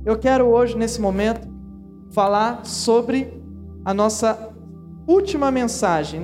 eu quero hoje, nesse momento, falar sobre a nossa última mensagem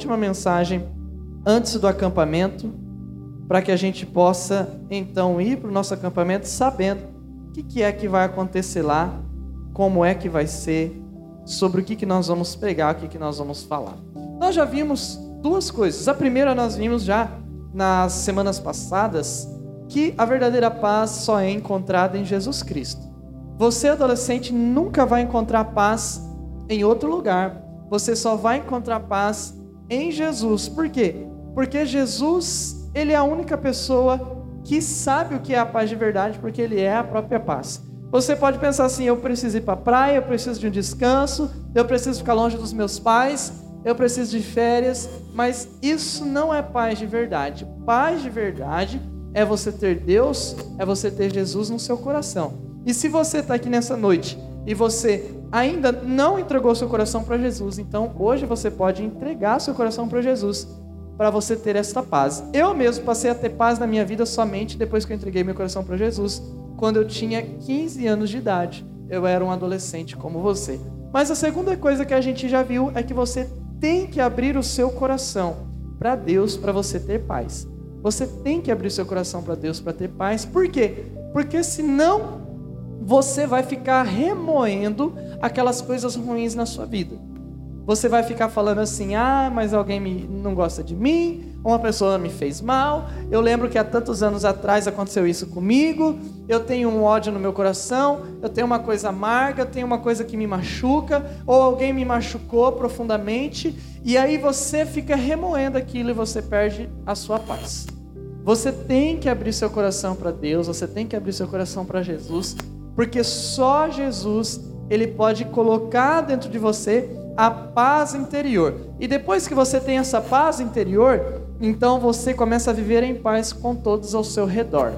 antes do acampamento, para que a gente possa, então, ir para o nosso acampamento sabendo o que é que vai acontecer lá, como é que vai ser, sobre o que nós vamos pregar, o que nós vamos falar. Nós já vimos duas coisas. A primeira nós vimos já nas semanas passadas, que a verdadeira paz só é encontrada em Jesus Cristo. Você, adolescente, nunca vai encontrar paz em outro lugar. Você só vai encontrar paz em Jesus. Por quê? Porque Jesus, Ele é a única pessoa que sabe o que é a paz de verdade, porque Ele é a própria paz. Você pode pensar assim: eu preciso ir para a praia, eu preciso de um descanso, eu preciso ficar longe dos meus pais, eu preciso de férias, mas isso não é paz de verdade. Paz de verdade é você ter Deus, é você ter Jesus no seu coração. E se você está aqui nessa noite e você ainda não entregou seu coração para Jesus, então hoje você pode entregar seu coração para Jesus, para você ter esta paz. Eu mesmo passei a ter paz na minha vida somente depois que eu entreguei meu coração para Jesus, quando eu tinha 15 anos de idade. Eu era um adolescente como você. Mas a segunda coisa que a gente já viu é que você tem que abrir o seu coração para Deus, para você ter paz. Você tem que abrir seu coração para Deus para ter paz. Por quê? Porque senão você vai ficar remoendo aquelas coisas ruins na sua vida. Você vai ficar falando assim: mas alguém não gosta de mim, uma pessoa me fez mal, eu lembro que há tantos anos atrás aconteceu isso comigo, eu tenho um ódio no meu coração, eu tenho uma coisa amarga, eu tenho uma coisa que me machuca, ou alguém me machucou profundamente, e aí você fica remoendo aquilo e você perde a sua paz. Você tem que abrir seu coração para Deus, você tem que abrir seu coração para Jesus, porque só Jesus, Ele pode colocar dentro de você a paz interior. E depois que você tem essa paz interior, então você começa a viver em paz com todos ao seu redor.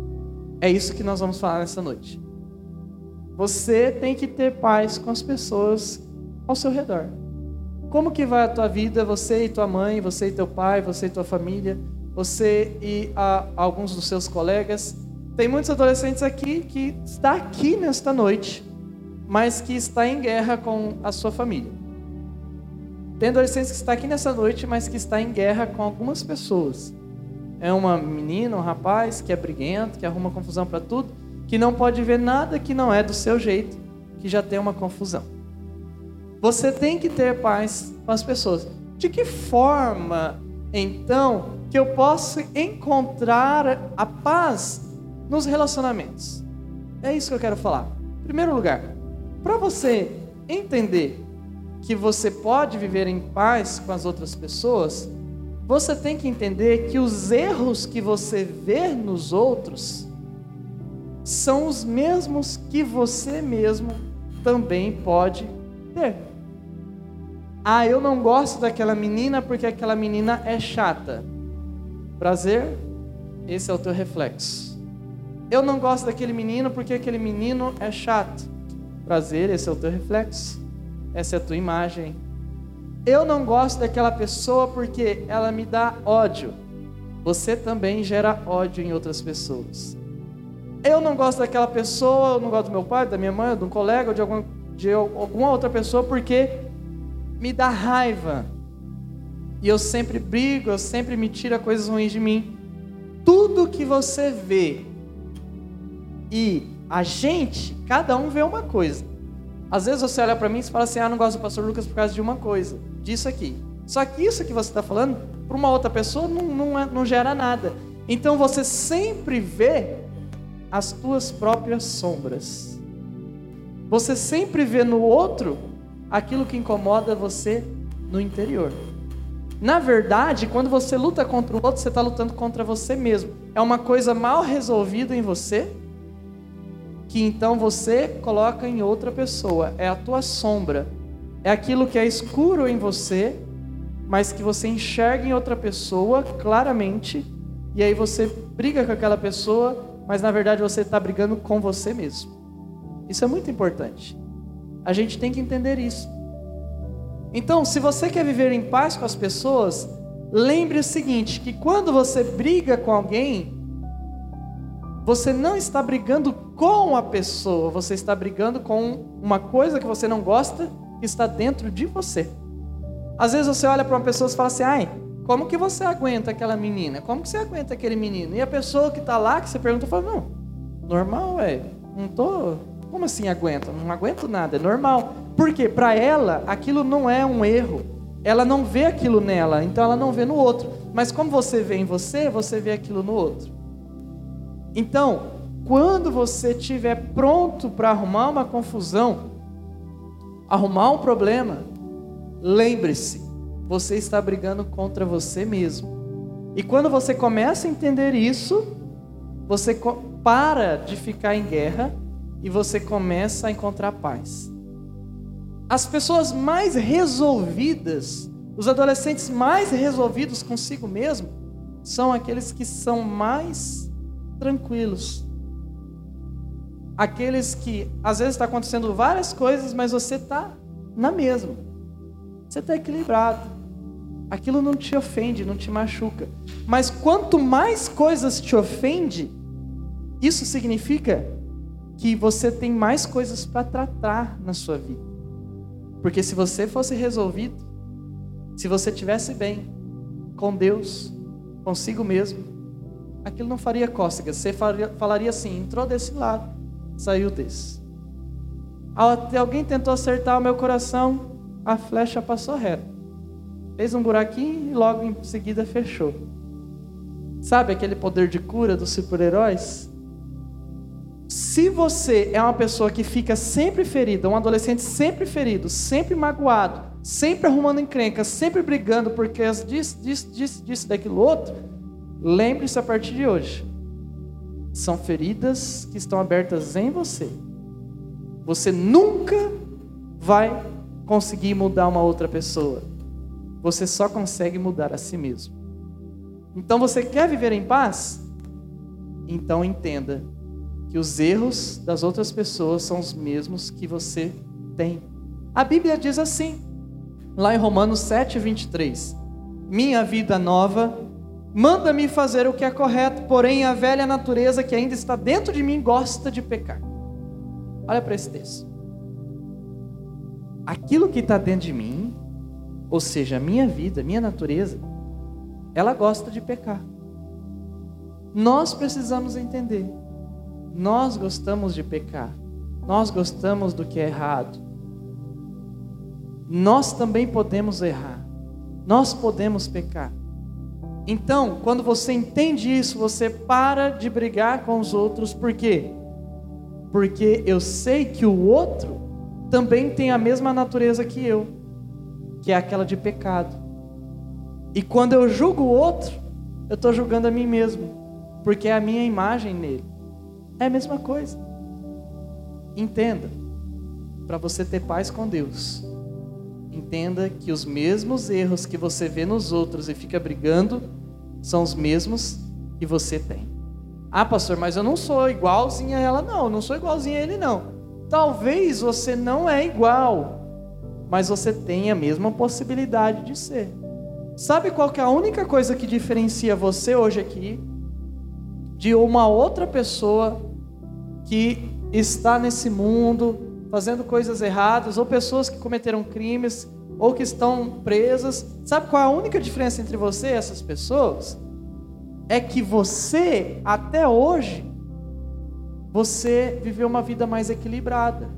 É isso que nós vamos falar nessa noite. Você tem que ter paz com as pessoas ao seu redor. Como que vai a tua vida, você e tua mãe, você e teu pai, você e tua família, você e alguns dos seus colegas? Tem muitos adolescentes aqui que está aqui nesta noite, mas que está em guerra com a sua família. Tem adolescentes que está aqui nessa noite, mas que está em guerra com algumas pessoas. É uma menina, um rapaz que é briguento, que arruma confusão para tudo, que não pode ver nada que não é do seu jeito, que já tem uma confusão. Você tem que ter paz com as pessoas. De que forma, então, que eu posso encontrar a paz nos relacionamentos? É isso que eu quero falar. Em primeiro lugar, para você entender que você pode viver em paz com as outras pessoas, você tem que entender que os erros que você vê nos outros são os mesmos que você mesmo também pode ter. Eu não gosto daquela menina porque aquela menina é chata. Prazer? Esse é o teu reflexo. Eu não gosto daquele menino porque aquele menino é chato. Prazer? Esse é o teu reflexo. Essa é a tua imagem. Eu não gosto daquela pessoa porque ela me dá ódio. Você também gera ódio em outras pessoas. Eu não gosto daquela pessoa, eu não gosto do meu pai, da minha mãe, de um colega, ou de alguma outra pessoa porque me dá raiva. E eu sempre brigo, eu sempre me tira coisas ruins de mim. Tudo que você vê e a gente, cada um vê uma coisa. Às vezes você olha para mim e fala assim: não gosto do pastor Lucas por causa de uma coisa, disso aqui. Só que isso que você está falando, para uma outra pessoa não gera nada. Então você sempre vê as tuas próprias sombras. Você sempre vê no outro aquilo que incomoda você no interior. Na verdade, quando você luta contra o outro, você está lutando contra você mesmo. É uma coisa mal resolvida em você, que então você coloca em outra pessoa. É a tua sombra. É aquilo que é escuro em você, mas que você enxerga em outra pessoa claramente, e aí você briga com aquela pessoa, mas na verdade você está brigando com você mesmo. Isso é muito importante. A gente tem que entender isso. Então, se você quer viver em paz com as pessoas, lembre o seguinte, que quando você briga com alguém, você não está brigando com a pessoa, você está brigando com uma coisa que você não gosta, que está dentro de você. Às vezes você olha para uma pessoa e fala assim, ai, como que você aguenta aquela menina? Como que você aguenta aquele menino? E a pessoa que está lá, que você pergunta, fala, não, normal, não tô... Como assim aguenta? Não aguento nada, é normal. Por quê? Para ela, aquilo não é um erro. Ela não vê aquilo nela, então ela não vê no outro. Mas como você vê em você, você vê aquilo no outro. Então, quando você estiver pronto para arrumar uma confusão, arrumar um problema, lembre-se, você está brigando contra você mesmo. E quando você começa a entender isso, você para de ficar em guerra e você começa a encontrar paz. As pessoas mais resolvidas, os adolescentes mais resolvidos consigo mesmo, são aqueles que são mais tranquilos. Aqueles que, às vezes está acontecendo várias coisas, mas você está na mesma. Você está equilibrado. Aquilo não te ofende, não te machuca. Mas quanto mais coisas te ofende, isso significa que você tem mais coisas para tratar na sua vida. Porque se você fosse resolvido, se você estivesse bem com Deus, consigo mesmo, aquilo não faria cócegas. Você falaria assim, entrou desse lado, saiu desse. Alguém tentou acertar o meu coração, a flecha passou reto. Fez um buraquinho e logo em seguida fechou. Sabe aquele poder de cura dos super-heróis? Se você é uma pessoa que fica sempre ferida, um adolescente sempre ferido, sempre magoado, sempre arrumando encrenca, sempre brigando porque disso, daquilo outro, lembre-se a partir de hoje, são feridas que estão abertas em você. Você nunca vai conseguir mudar uma outra pessoa. Você só consegue mudar a si mesmo. Então você quer viver em paz? Então entenda que os erros das outras pessoas são os mesmos que você tem. A Bíblia diz assim, lá em Romanos 7:23, minha vida nova manda-me fazer o que é correto, porém a velha natureza que ainda está dentro de mim gosta de pecar. Olha para esse texto. Aquilo que está dentro de mim, ou seja, a minha vida, minha natureza, ela gosta de pecar. Nós precisamos entender. Nós gostamos de pecar. Nós gostamos do que é errado. Nós também podemos errar. Nós podemos pecar. Então, quando você entende isso, você para de brigar com os outros. Por quê? Porque eu sei que o outro também tem a mesma natureza que eu, que é aquela de pecado. E quando eu julgo o outro, eu estou julgando a mim mesmo, porque é a minha imagem nele. É a mesma coisa. Entenda, para você ter paz com Deus, entenda que os mesmos erros que você vê nos outros e fica brigando, são os mesmos que você tem. Ah, pastor, mas eu não sou igualzinha a ela, não. Eu não sou igualzinha a ele, não. Talvez você não é igual, mas você tem a mesma possibilidade de ser. Sabe qual que é a única coisa que diferencia você hoje aqui de uma outra pessoa que está nesse mundo fazendo coisas erradas, ou pessoas que cometeram crimes, ou que estão presas? Sabe qual é a única diferença entre você e essas pessoas? É que você, até hoje, você viveu uma vida mais equilibrada.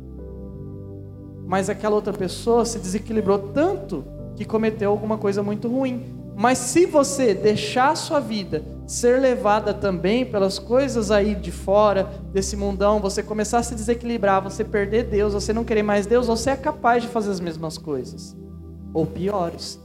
Mas aquela outra pessoa se desequilibrou tanto que cometeu alguma coisa muito ruim. Mas se você deixar a sua vida ser levada também pelas coisas aí de fora, desse mundão, você começar a se desequilibrar, você perder Deus, você não querer mais Deus, você é capaz de fazer as mesmas coisas, ou piores.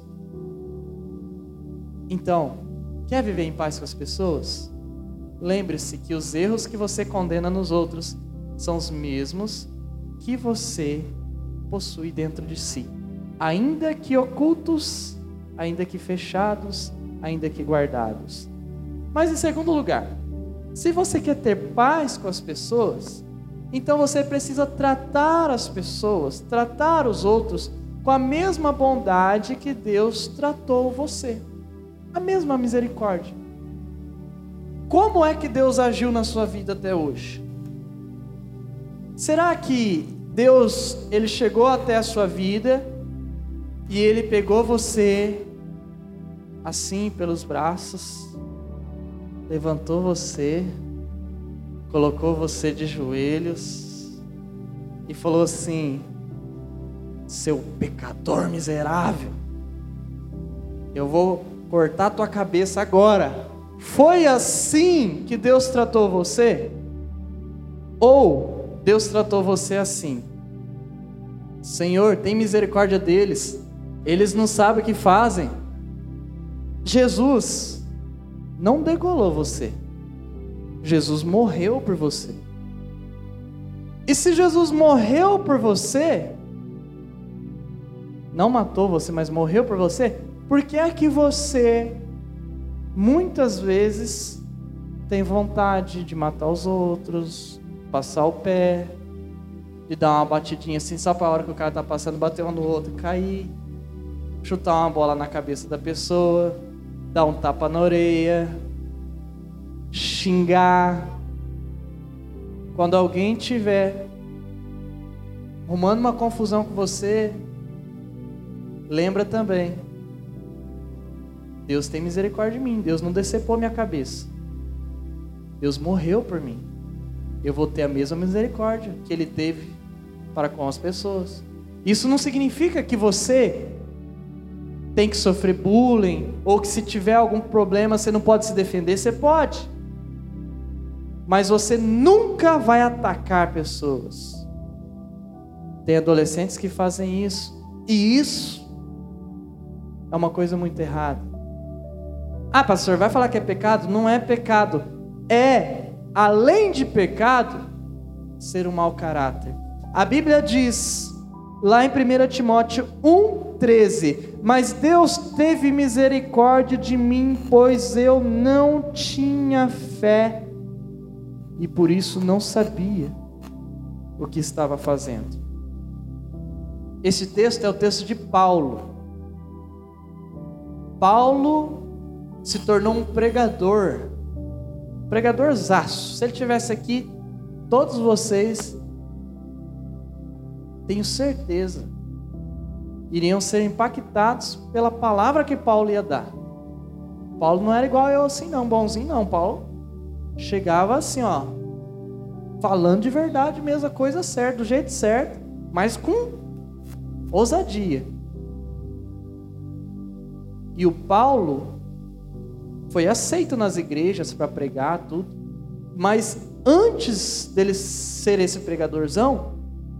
Então, quer viver em paz com as pessoas? Lembre-se que os erros que você condena nos outros são os mesmos que você possui dentro de si, ainda que ocultos, ainda que fechados, ainda que guardados. Mas em segundo lugar, se você quer ter paz com as pessoas, então você precisa tratar as pessoas, tratar os outros com a mesma bondade que Deus tratou você, a mesma misericórdia. como é que Deus agiu na sua vida até hoje? Será que Deus, Ele chegou até a sua vida e Ele pegou você assim pelos braços, levantou você, colocou você de joelhos e falou assim: seu pecador miserável, eu vou cortar tua cabeça agora. Foi assim que Deus tratou você? Ou Deus tratou você assim: Senhor, tem misericórdia deles, eles não sabem o que fazem. Jesus não degolou você, Jesus morreu por você. E se Jesus morreu por você, não matou você, mas morreu por você, por que é que você muitas vezes tem vontade de matar os outros, passar o pé, de dar uma batidinha assim, só para a hora que o cara está passando, bater um no outro e cair, chutar uma bola na cabeça da pessoa, dar um tapa na orelha, xingar? Quando alguém tiver arrumando uma confusão com você, lembra também: Deus tem misericórdia de mim, Deus não decepou minha cabeça, Deus morreu por mim, eu vou ter a mesma misericórdia que Ele teve para com as pessoas. Isso não significa que você tem que sofrer bullying, ou que se tiver algum problema você não pode se defender. Você pode, mas você nunca vai atacar pessoas. Tem adolescentes que fazem isso, e isso é uma coisa muito errada. Ah, pastor, vai falar que é pecado? Não é pecado. É, além de pecado, ser um mau caráter. A Bíblia diz, lá em 1 Timóteo 1,13: mas Deus teve misericórdia de mim, pois eu não tinha fé, e por isso não sabia o que estava fazendo. Esse texto é o texto de Paulo. Paulo se tornou um pregadorzaço. Se ele estivesse aqui, todos vocês, tenho certeza, iriam ser impactados pela palavra que Paulo ia dar. Paulo não era igual eu assim não, bonzinho não. Paulo chegava assim, ó, falando de verdade mesmo, a coisa certa, do jeito certo, mas com ousadia. E o Paulo foi aceito nas igrejas para pregar tudo, mas antes dele ser esse pregadorzão,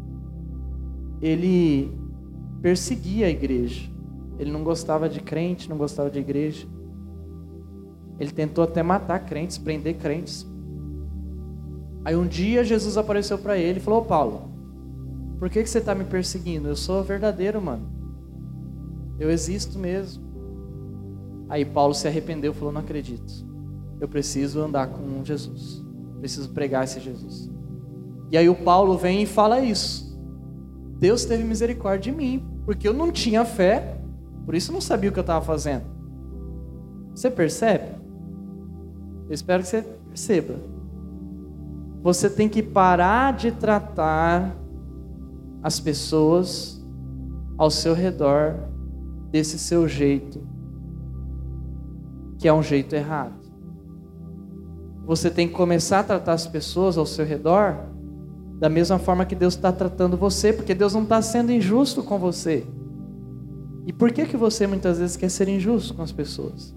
ele perseguia a igreja. Ele não gostava de crente, não gostava de igreja. Ele tentou até matar crentes, prender crentes. Aí um dia Jesus apareceu para ele e falou: ô Paulo, por que você está me perseguindo? Eu sou verdadeiro, mano, eu existo mesmo. Aí Paulo se arrependeu e falou: não acredito, eu preciso andar com Jesus, preciso pregar esse Jesus. E aí o Paulo vem e fala isso: Deus teve misericórdia de mim, porque eu não tinha fé, por isso eu não sabia o que eu estava fazendo. Você percebe? Eu espero que você perceba. Você tem que parar de tratar as pessoas ao seu redor desse seu jeito, que é um jeito errado. Você tem que começar a tratar as pessoas ao seu redor da mesma forma que Deus está tratando você, porque Deus não está sendo injusto com você. E por que você muitas vezes quer ser injusto com as pessoas?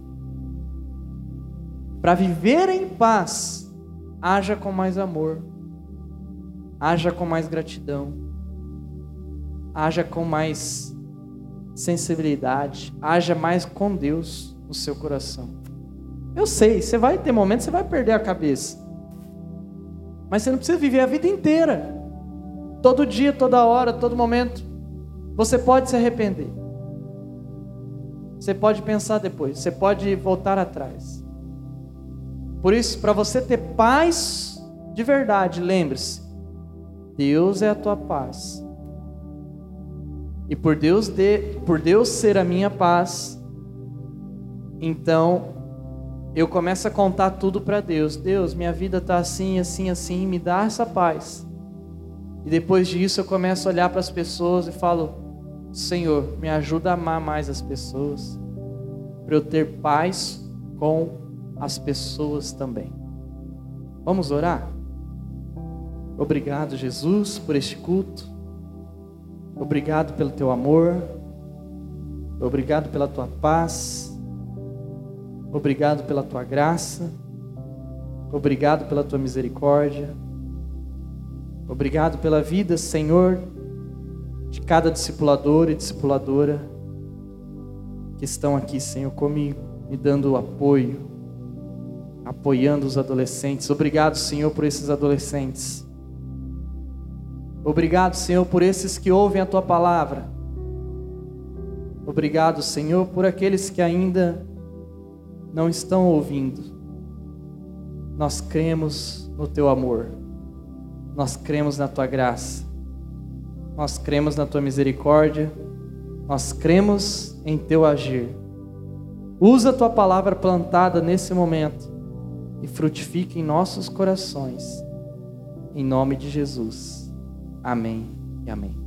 Para viver em paz, haja com mais amor, haja com mais gratidão, haja com mais sensibilidade, haja mais com Deus no seu coração. Eu sei, você vai ter momentos que você vai perder a cabeça, mas você não precisa viver a vida inteira, todo dia, toda hora, todo momento. Você pode se arrepender, você pode pensar depois, você pode voltar atrás. Por isso, para você ter paz de verdade, lembre-se: Deus é a tua paz. E por Deus ser a minha paz, então eu começo a contar tudo para Deus. Deus, minha vida está assim, assim, assim, me dá essa paz. E depois disso eu começo a olhar para as pessoas e falo: Senhor, me ajuda a amar mais as pessoas, para eu ter paz com as pessoas também. Vamos orar? Obrigado, Jesus, por este culto. Obrigado pelo teu amor. Obrigado pela tua paz. Obrigado pela tua graça. Obrigado pela tua misericórdia. Obrigado pela vida, Senhor, de cada discipulador e discipuladora que estão aqui, Senhor, comigo, me dando apoio, apoiando os adolescentes. Obrigado, Senhor, por esses adolescentes. Obrigado, Senhor, por esses que ouvem a tua palavra. Obrigado, Senhor, por aqueles que ainda não estão ouvindo. Nós cremos no teu amor. Nós cremos na tua graça. Nós cremos na tua misericórdia. Nós cremos em teu agir. Usa a tua palavra plantada nesse momento e frutifique em nossos corações. Em nome de Jesus. Amém e amém.